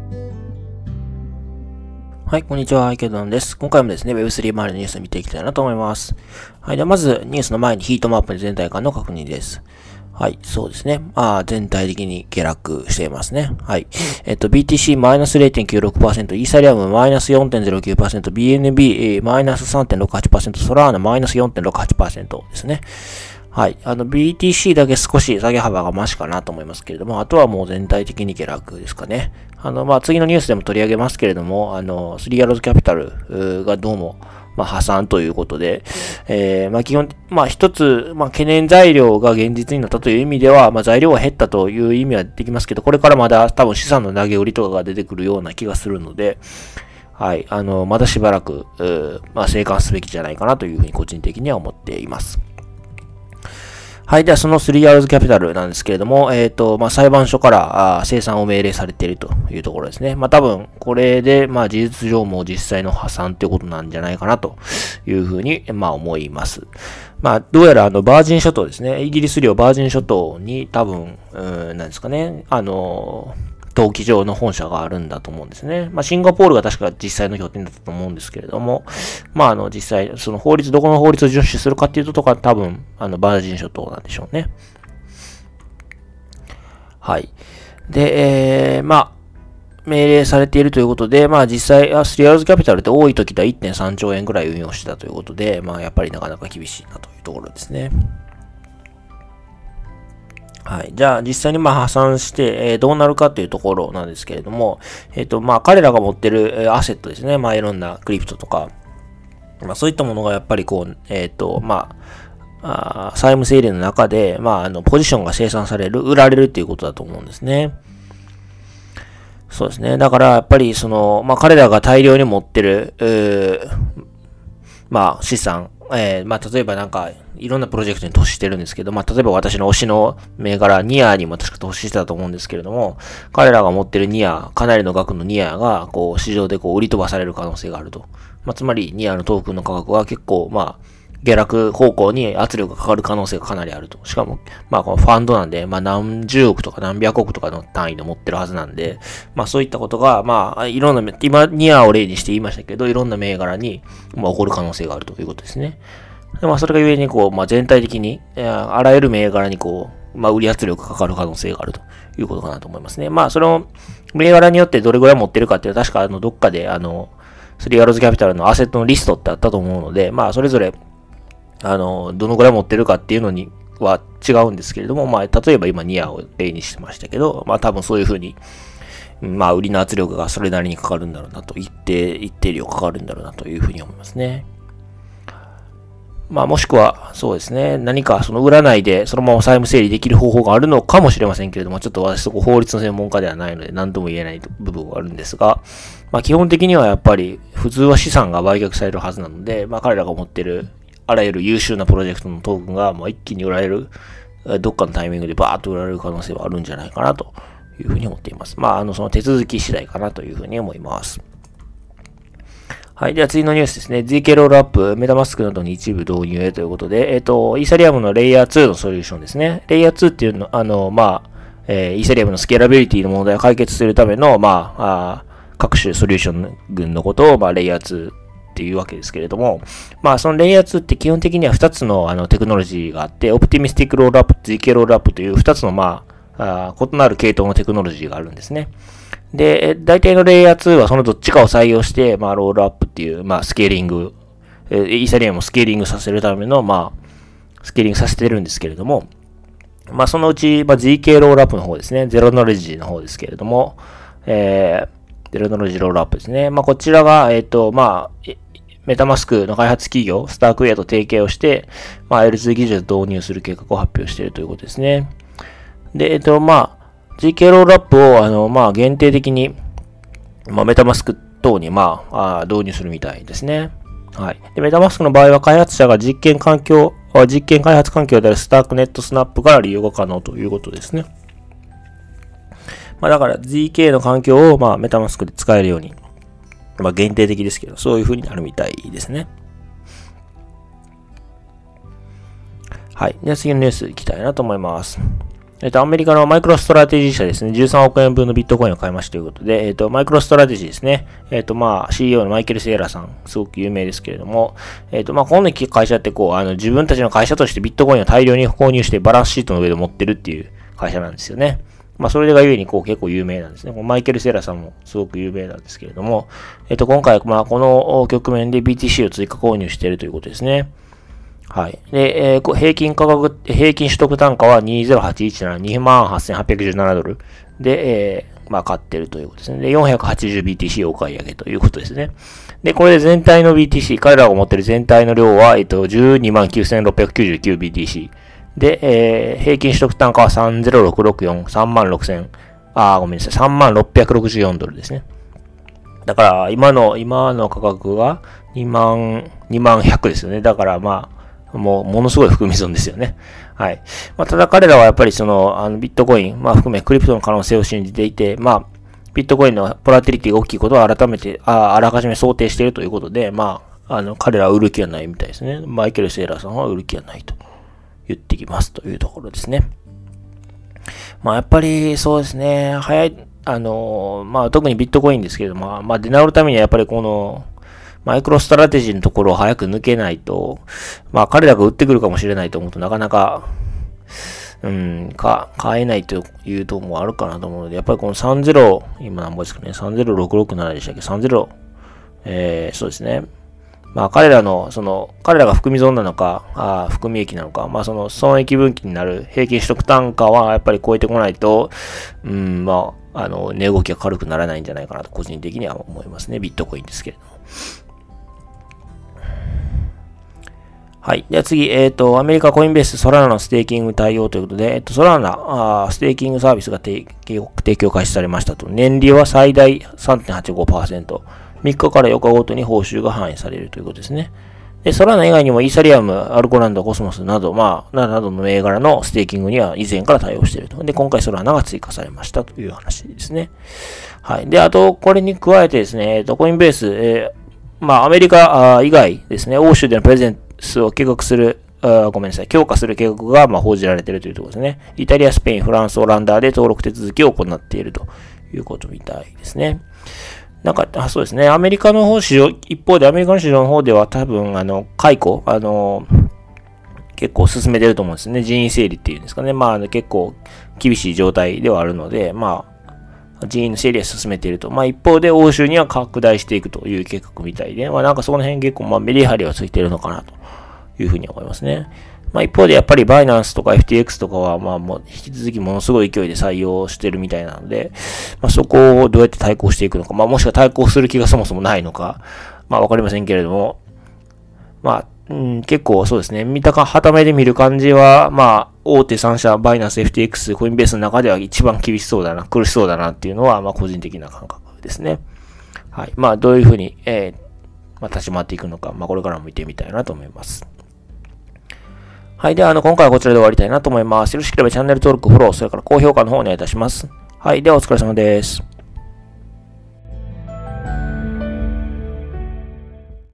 はい、こんにちは、池田です。今回もですね、Web3 周りのニュースを見ていきたいなと思います。はい、ではまず、ニュースの前にヒートマップで全体感の確認です。はい、そうですね。全体的に下落していますね。はい。BTC マイナス 0.96%、イーサリアムマイナス 4.09%、BNB マイナス 3.68%、ソラーナマイナス 4.68% ですね。はい。BTC だけ少し下げ幅が増しかなと思いますけれども、あとはもう全体的に下落ですかね。次のニュースでも取り上げますけれども、スリーアローズキャピタルがどうも、破産ということで、基本、一つ、懸念材料が現実になったという意味では、材料が減ったという意味はできますけど、これからまだ多分資産の投げ売りとかが出てくるような気がするので、はい。まだしばらく、静観すべきじゃないかなというふうに個人的には思っています。はい。では、その3 Hours Capital なんですけれども、裁判所から清算を命令されているというところですね。多分、これで、事実上も実際の破産ってことなんじゃないかなというふうに、思います。どうやら、バージン諸島ですね。イギリス領バージン諸島に多分、なんですかね。登記上の本社があるんだと思うんですね。シンガポールが確か実際の拠点だったと思うんですけれども、実際、その法律、どこの法律を遵守するかっていうとか多分、バージン諸島なんでしょうね。はい。で、命令されているということで、実際、スリーアウズキャピタルって多い時では 1.3 兆円ぐらい運用してたということで、やっぱりなかなか厳しいなというところですね。はい。じゃあ、実際に破産して、どうなるかというところなんですけれども、彼らが持ってる、アセットですね。いろんなクリプトとか、そういったものがやっぱりこう、債務整理の中で、ポジションが生産される、売られるっていうことだと思うんですね。そうですね。だから、やっぱり、彼らが大量に持ってる、資産、例えばいろんなプロジェクトに投資してるんですけど、例えば私の推しの銘柄、ニアにも確か投資してたと思うんですけれども、彼らが持ってるニア、かなりの額のニアが、市場で売り飛ばされる可能性があると。つまり、ニアのトークンの価格は結構、下落方向に圧力がかかる可能性がかなりあると。しかも、このファンドなんで、何十億とか何百億とかの単位で持ってるはずなんで、そういったことが、いろんな、今、ニアを例にして言いましたけど、いろんな銘柄に、起こる可能性があるということですね。でそれがゆえに、全体的に、あらゆる銘柄に売り圧力がかかる可能性があるということかなと思いますね。その、銘柄によってどれぐらい持ってるかっていうのは、確かどっかで、スリーアローズキャピタルのアセットのリストってあったと思うので、それぞれ、どのぐらい持ってるかっていうのには違うんですけれども、例えば今ニアを例にしてましたけど、多分そういうふうに、売りの圧力がそれなりにかかるんだろうなと、一定量かかるんだろうなというふうに思いますね。もしくは、そうですね、何かその占いでそのまま債務整理できる方法があるのかもしれませんけれども、ちょっと私そこ法律の専門家ではないので何とも言えない部分があるんですが、基本的にはやっぱり普通は資産が売却されるはずなので、彼らが持っているあらゆる優秀なプロジェクトのトークンが一気に売られる、どっかのタイミングでバーッと売られる可能性はあるんじゃないかなというふうに思っています。その手続き次第かなというふうに思います。はい。では次のニュースですね。ZK ロールアップ、メタマスクなどに一部導入へということで、イーサリアムのレイヤー2のソリューションですね。レイヤー2っていうの、イーサリアムのスケーラビリティの問題を解決するための、各種ソリューション群のことを、レイヤー2っていうわけですけれども、そのレイヤー2って基本的には2つのテクノロジーがあって、オプティミスティックロールアップ、ZK ロールアップという2つの異なる系統のテクノロジーがあるんですね。で、大体のレイヤー2はそのどっちかを採用して、ロールアップっていう、スケーリング、イーサリアムをスケーリングさせるための、スケーリングさせてるんですけれども、そのうち、ZK ロールアップの方ですね、ゼロノレジの方ですけれども、ゼロノレジロールアップですね。こちらが、メタマスクの開発企業、スタークウェアと提携をして、L2 技術を導入する計画を発表しているということですね。で、GK ロールアップを、限定的に、メタマスク等に、導入するみたいですね。はい。で、メタマスクの場合は、開発者が実験開発環境であるスタークネットスナップから利用が可能ということですね。だから、ZK の環境を、メタマスクで使えるように、限定的ですけど、そういう風になるみたいですね。はい。では次のニュースいきたいなと思います。 アメリカのマイクロストラテジー社ですね、13億円分のビットコインを買いましたということで、マイクロストラテジーですね。CEO のマイケル・セーラさん、すごく有名ですけれども、この会社って自分たちの会社としてビットコインを大量に購入してバランスシートの上で持ってるっていう会社なんですよね。それがゆえに結構有名なんですね。マイケル・セーラさんもすごく有名なんですけれども、今回、この局面で BTC を追加購入しているということですね。はい。で、平均取得単価は20817、28,817ドルで、買ってるということですね。で、480BTC をお買い上げということですね。で、これで全体の BTC、彼らが持ってる全体の量は、129,699BTC。で、平均取得単価は30664、36,000、ごめんなさい、36,664ドルですね。だから、今の価格が20100ですよね。だからものすごい含み損ですよね。はい。ただ彼らはやっぱりビットコイン、含めクリプトの可能性を信じていて、ビットコインのボラティリティが大きいことをあらかじめ想定しているということで、彼らは売る気はないみたいですね。マイケル・セーラーさんは売る気はないと言ってきますというところですね。やっぱりそうですね、特にビットコインですけれども、出直るためにはやっぱりマイクロストラテジーのところを早く抜けないと、彼らが売ってくるかもしれないと思うとなかなか、買えないというところもあるかなと思うので、やっぱりこの30、今何本ですかね、30667でしたっけ、30、そうですね。彼らが含み損なのか、含み益なのか、損益分岐になる平均取得単価はやっぱり超えてこないと、値動きが軽くならないんじゃないかなと個人的には思いますね。ビットコインですけれども。はい。では次、アメリカコインベースソラナのステーキング対応ということで、ソラナ、ステーキングサービスが提供開始されましたと。年利は最大 3.85%。3日から4日ごとに報酬が反映されるということですね。で、ソラナ以外にもイーサリアム、アルコランド、コスモスなど、などの銘柄のステーキングには以前から対応していると。で、今回ソラナが追加されましたという話ですね。はい。で、あと、これに加えてですね、コインベース、アメリカ以外ですね、欧州でのプレゼンスを強化する計画が報じられているというところですね。イタリア、スペイン、フランス、オランダで登録手続きを行っているということみたいですね。そうですね。一方でアメリカの市場の方では多分、解雇、結構進めてると思うんですね。人員整理っていうんですかね。結構厳しい状態ではあるので、人員の整理は進めていると。一方で欧州には拡大していくという計画みたいで、その辺結構メリハリはついているのかなというふうに思いますね。一方でやっぱりバイナンスとか FTX とかはもう引き続きものすごい勢いで採用してるみたいなので、そこをどうやって対抗していくのか、もしくは対抗する気がそもそもないのか、わかりませんけれども、結構そうですね、旗目で見る感じは、大手3社、バイナンス、FTX、コインベースの中では一番苦しそうだなっていうのは、個人的な感覚ですね。はい。どういうふうに、立ち回っていくのか、これからも見てみたいなと思います。はい。では、今回はこちらで終わりたいなと思います。よろしければチャンネル登録、フォロー、それから高評価の方をお願いいたします。はい。では、お疲れ様です。